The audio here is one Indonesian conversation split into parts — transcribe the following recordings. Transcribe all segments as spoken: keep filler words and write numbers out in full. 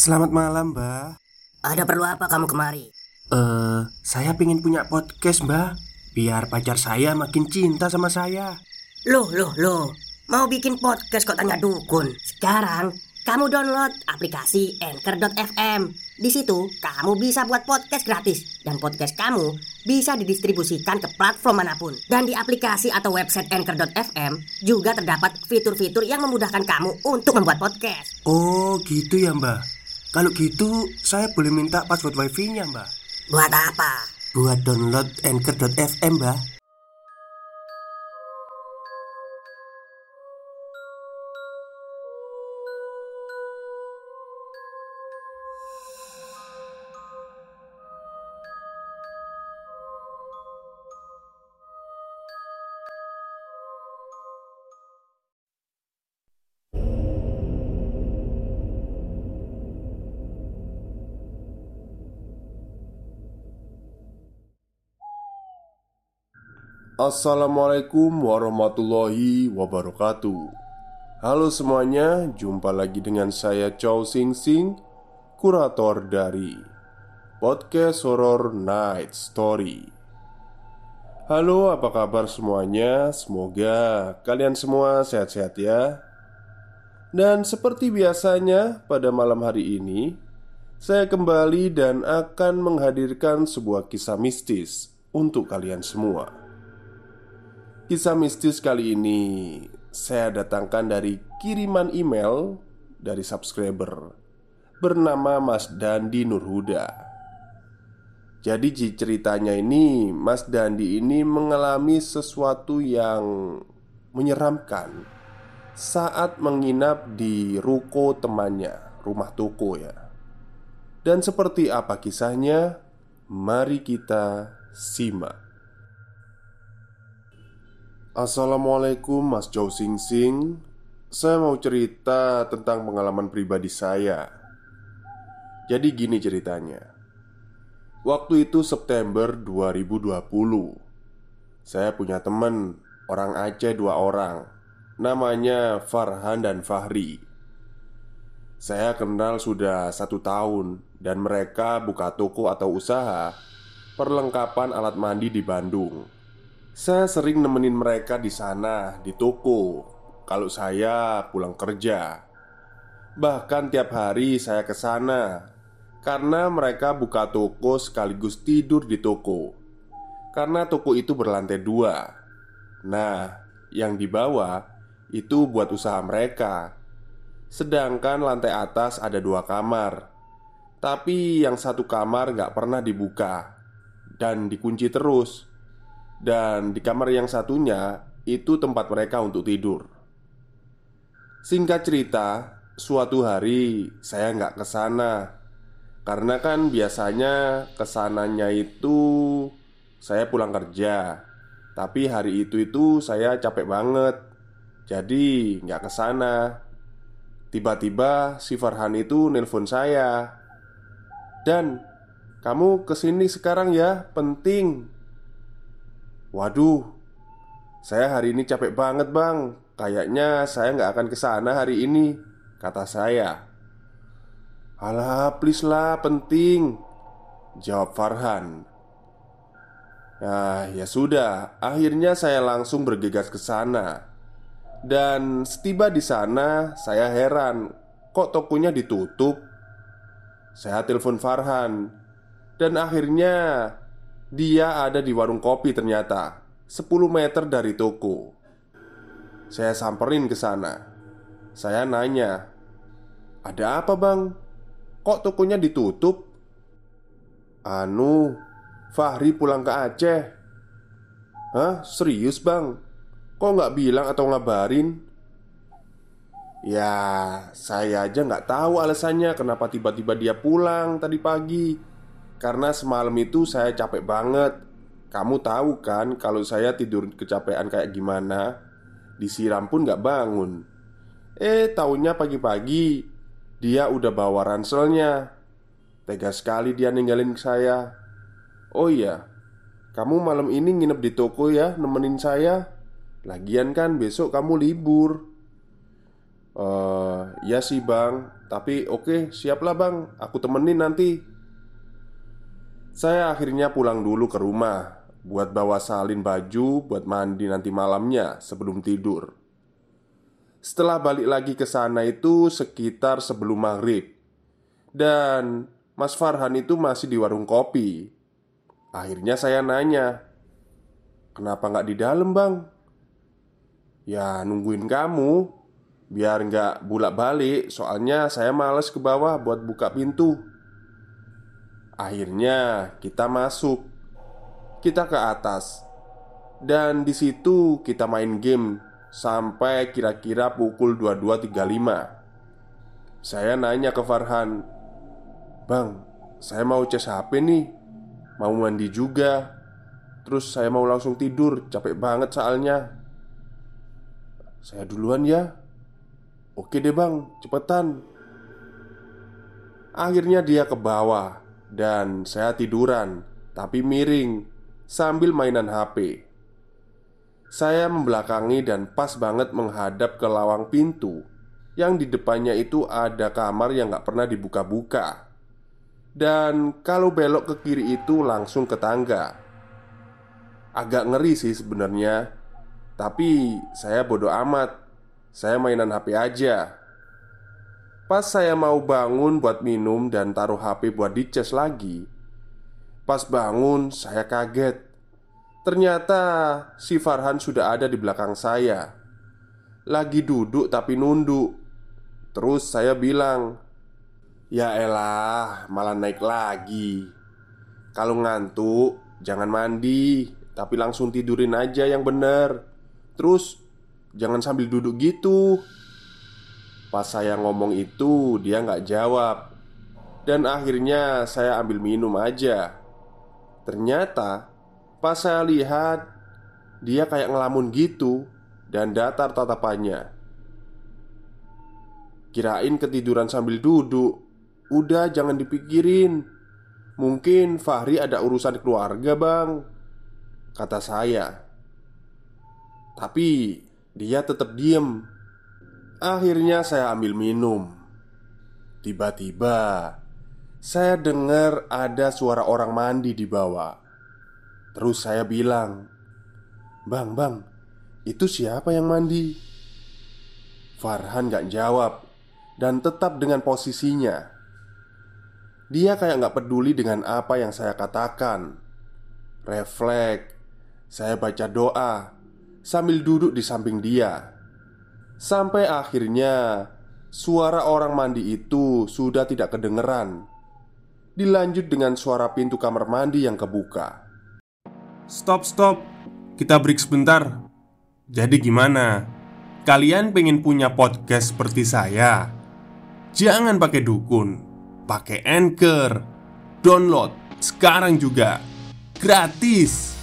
Selamat malam, Mbak. Ada perlu apa kamu kemari? Eh, saya pengen punya podcast, Mbak. Biar pacar saya makin cinta sama saya. Loh, loh, loh. Mau bikin podcast kok tanya dukun? Sekarang kamu download aplikasi Anchor dot f m. Di situ kamu bisa buat podcast gratis dan podcast kamu bisa didistribusikan ke platform manapun. Dan di aplikasi atau website Anchor dot f m juga terdapat fitur-fitur yang memudahkan kamu untuk membuat podcast. Oh, gitu ya, Mbak. Kalau gitu, saya boleh minta password wifi-nya, Mbak. Buat apa? Buat download Anchor dot f m, Mbak. Assalamualaikum warahmatullahi wabarakatuh. Halo semuanya, jumpa lagi dengan saya Chow Sing Sing, kurator dari podcast horror Night Story. Halo, apa kabar semuanya? Semoga kalian semua sehat-sehat ya. Dan seperti biasanya, pada malam hari ini saya kembali dan akan menghadirkan sebuah kisah mistis untuk kalian semua. Kisah mistis kali ini saya datangkan dari kiriman email dari subscriber bernama Mas Dandi Nurhuda. Jadi ceritanya ini, Mas Dandi ini mengalami sesuatu yang menyeramkan saat menginap di ruko temannya, rumah toko ya. Dan seperti apa kisahnya? Mari kita simak. Assalamualaikum Mas Chow Sing Sing. Saya mau cerita tentang pengalaman pribadi saya. Jadi gini ceritanya. Waktu itu September dua ribu dua puluh. Saya punya teman orang Aceh dua orang. Namanya Farhan dan Fahri. Saya kenal sudah satu tahun. Dan mereka buka toko atau usaha perlengkapan alat mandi di Bandung. Saya sering nemenin mereka di sana, di toko, kalau saya pulang kerja. Bahkan tiap hari saya ke sana, karena mereka buka toko sekaligus tidur di toko. Karena toko itu berlantai dua. Nah, yang di bawah itu buat usaha mereka. Sedangkan lantai atas ada dua kamar. Tapi yang satu kamar gak pernah dibuka dan dikunci terus. Dan di kamar yang satunya itu tempat mereka untuk tidur. Singkat cerita, suatu hari saya nggak ke sana. Karena kan biasanya kesananya itu saya pulang kerja. Tapi hari itu itu saya capek banget. Jadi nggak ke sana. Tiba-tiba si Farhan itu nelpon saya. "Dan, kamu kesini sekarang ya, penting." Waduh, saya hari ini capek banget bang. Kayaknya saya nggak akan kesana hari ini, kata saya. "Alah, please lah, penting," jawab Farhan. Nah, ya sudah. Akhirnya saya langsung bergegas ke sana. Dan setiba di sana, saya heran, kok tokonya ditutup? Saya telepon Farhan. Dan akhirnya dia ada di warung kopi ternyata, sepuluh meter dari toko. Saya samperin ke sana. Saya nanya, "Ada apa bang? Kok tokonya ditutup?" "Anu, Fahri pulang ke Aceh." "Hah? Serius bang? Kok nggak bilang atau ngabarin?" "Ya, saya aja nggak tahu alasannya kenapa tiba-tiba dia pulang tadi pagi. Karena semalam itu saya capek banget. Kamu tahu kan kalau saya tidur kecapean kayak gimana. Disiram pun gak bangun. Eh, taunya pagi-pagi dia udah bawa ranselnya. Tega sekali dia ninggalin saya. Oh iya, kamu malam ini nginep di toko ya, nemenin saya. Lagian kan besok kamu libur." Eh, ya sih bang, tapi oke siaplah bang, aku temenin nanti. Saya akhirnya pulang dulu ke rumah buat bawa salin baju buat mandi nanti malamnya sebelum tidur. Setelah balik lagi ke sana itu sekitar sebelum maghrib, dan Mas Farhan itu masih di warung kopi. Akhirnya saya nanya, "Kenapa nggak di dalam bang?" "Ya nungguin kamu, biar nggak bolak-balik, soalnya saya males ke bawah buat buka pintu." Akhirnya kita masuk, kita ke atas, dan di situ kita main game sampai kira-kira pukul dua puluh dua tiga puluh lima. Saya nanya ke Farhan, "Bang, saya mau cas H P nih, mau mandi juga, terus saya mau langsung tidur, capek banget soalnya." "Saya duluan ya." "Oke deh bang, cepetan." Akhirnya dia ke bawah dan saya tiduran, tapi miring sambil mainan H P. Saya membelakangi dan pas banget menghadap ke lawang pintu, yang di depannya itu ada kamar yang gak pernah dibuka-buka. Dan kalau belok ke kiri itu langsung ke tangga. Agak ngeri sih sebenarnya, tapi saya bodoh amat. Saya mainan H P aja. Pas saya mau bangun buat minum dan taruh H P buat dicas lagi, pas bangun saya kaget. Ternyata si Farhan sudah ada di belakang saya, lagi duduk tapi nunduk. Terus saya bilang, "Ya elah, malah naik lagi. Kalau ngantuk jangan mandi, tapi langsung tidurin aja yang bener. Terus jangan sambil duduk gitu." Pas saya ngomong itu dia nggak jawab, dan akhirnya saya ambil minum aja. Ternyata pas saya lihat, dia kayak ngelamun gitu dan datar tatapannya. Kirain ketiduran sambil duduk. Udah jangan dipikirin, mungkin Fahri ada urusan keluarga bang, kata saya. Tapi dia tetap diem. Akhirnya saya ambil minum. Tiba-tiba saya dengar ada suara orang mandi di bawah. Terus saya bilang, "Bang, bang, itu siapa yang mandi?" Farhan gak jawab dan tetap dengan posisinya. Dia kayak gak peduli dengan apa yang saya katakan. Refleks, saya baca doa sambil duduk di samping dia. Sampai akhirnya suara orang mandi itu sudah tidak kedengeran. Dilanjut dengan suara pintu kamar mandi yang kebuka. Stop, stop. Kita break sebentar. Jadi gimana? Kalian pengen punya podcast seperti saya? Jangan pakai dukun, pakai Anchor. Download sekarang juga. Gratis.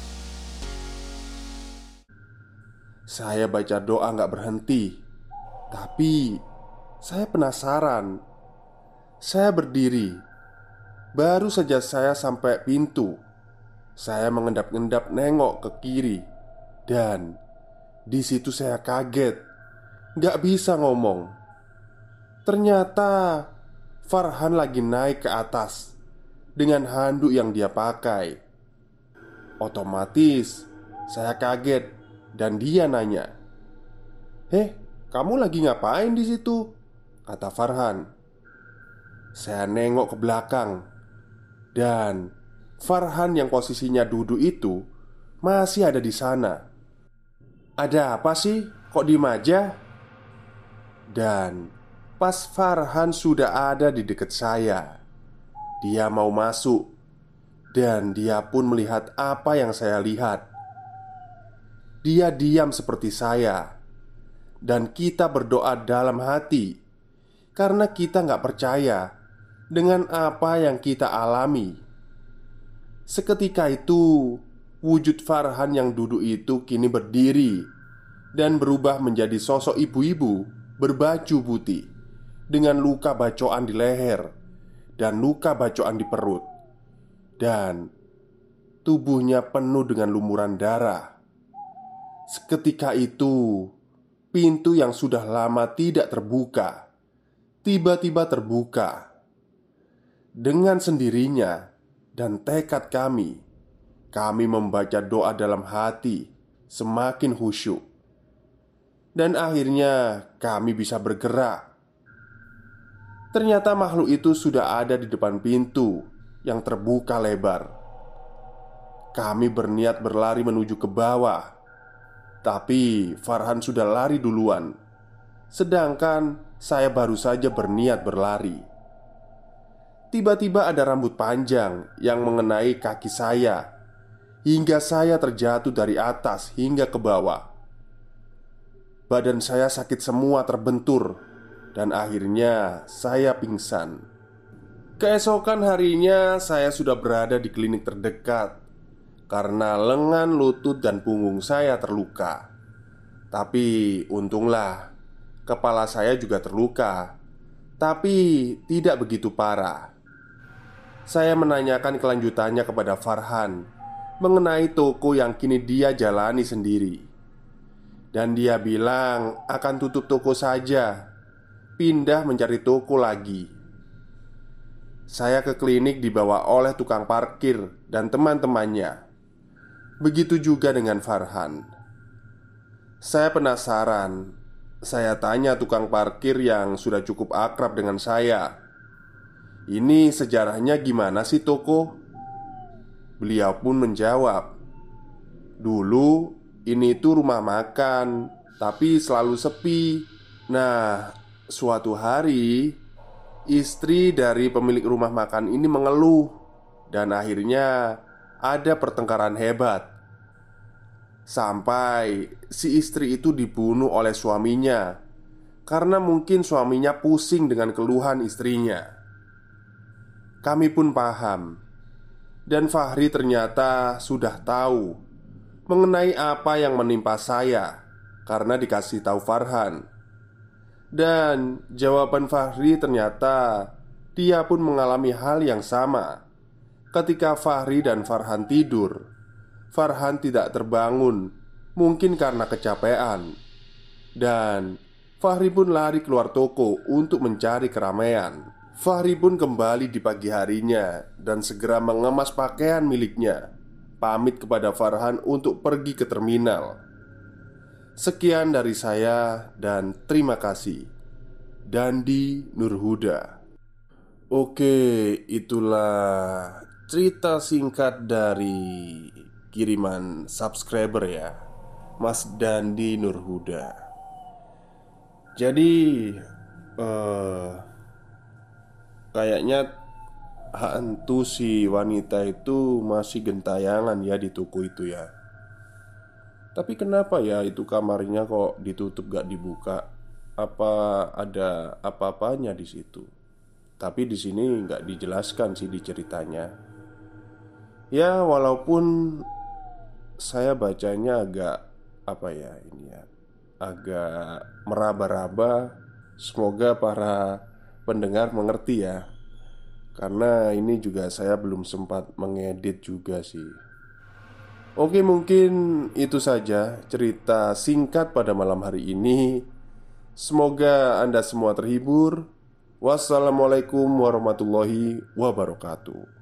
Saya baca doa gak berhenti, tapi saya penasaran. Saya berdiri. Baru saja saya sampai pintu, saya mengendap-endap nengok ke kiri, dan di situ saya kaget, gak bisa ngomong. Ternyata Farhan lagi naik ke atas dengan handuk yang dia pakai. Otomatis saya kaget dan dia nanya, "Heh, kamu lagi ngapain di situ?" kata Farhan. Saya nengok ke belakang, dan Farhan yang posisinya duduk itu masih ada di sana. "Ada apa sih? Kok diem aja?" Dan pas Farhan sudah ada di dekat saya, dia mau masuk, dan dia pun melihat apa yang saya lihat. Dia diam seperti saya, dan kita berdoa dalam hati karena kita gak percaya dengan apa yang kita alami. Seketika itu, wujud Farhan yang duduk itu kini berdiri dan berubah menjadi sosok ibu-ibu berbaju putih dengan luka bacokan di leher dan luka bacokan di perut, dan tubuhnya penuh dengan lumuran darah. Seketika itu, pintu yang sudah lama tidak terbuka tiba-tiba terbuka. Dengan sendirinya dan tekad kami, kami membaca doa dalam hati semakin khusyuk. Dan akhirnya kami bisa bergerak. Ternyata makhluk itu sudah ada di depan pintu yang terbuka lebar. Kami berniat berlari menuju ke bawah, tapi Farhan sudah lari duluan, sedangkan saya baru saja berniat berlari. Tiba-tiba ada rambut panjang yang mengenai kaki saya, hingga saya terjatuh dari atas hingga ke bawah. Badan saya sakit semua terbentur, dan akhirnya saya pingsan. Keesokan harinya saya sudah berada di klinik terdekat karena lengan, lutut, dan punggung saya terluka. Tapi untunglah kepala saya juga terluka, tapi tidak begitu parah. Saya menanyakan kelanjutannya kepada Farhan mengenai toko yang kini dia jalani sendiri. Dan dia bilang akan tutup toko saja, pindah mencari toko lagi. Saya ke klinik dibawa oleh tukang parkir dan teman-temannya. Begitu juga dengan Farhan. Saya penasaran. Saya tanya tukang parkir yang sudah cukup akrab dengan saya, "Ini sejarahnya gimana sih toko?" Beliau pun menjawab, "Dulu ini tuh rumah makan, tapi selalu sepi. Nah, suatu hari istri dari pemilik rumah makan ini mengeluh, dan akhirnya ada pertengkaran hebat. Sampai si istri itu dibunuh oleh suaminya karena mungkin suaminya pusing dengan keluhan istrinya. Kami pun paham. Dan Fahri ternyata sudah tahu mengenai apa yang menimpa saya karena dikasih tahu Farhan. Dan jawaban Fahri ternyata dia pun mengalami hal yang sama. Ketika Fahri dan Farhan tidur, Farhan tidak terbangun, mungkin karena kecapean. Dan Fahri pun lari keluar toko untuk mencari keramaian. Fahri pun kembali di pagi harinya dan segera mengemas pakaian miliknya, pamit kepada Farhan untuk pergi ke terminal. Sekian dari saya dan terima kasih. Dandi Nurhuda. Oke, itulah cerita singkat dari kiriman subscriber ya, Mas Dandi Nurhuda. Jadi eh, kayaknya hantu si wanita itu masih gentayangan ya di toko itu ya. Tapi kenapa ya itu kamarnya kok ditutup gak dibuka? Apa ada apa-apanya di situ? Tapi di sini nggak dijelaskan sih di ceritanya. Ya walaupun saya bacanya agak apa ya ini ya, agak meraba-raba. Semoga para pendengar mengerti ya, karena ini juga saya belum sempat mengedit juga sih. Oke, mungkin itu saja cerita singkat pada malam hari ini. Semoga Anda semua terhibur. Wassalamualaikum warahmatullahi wabarakatuh.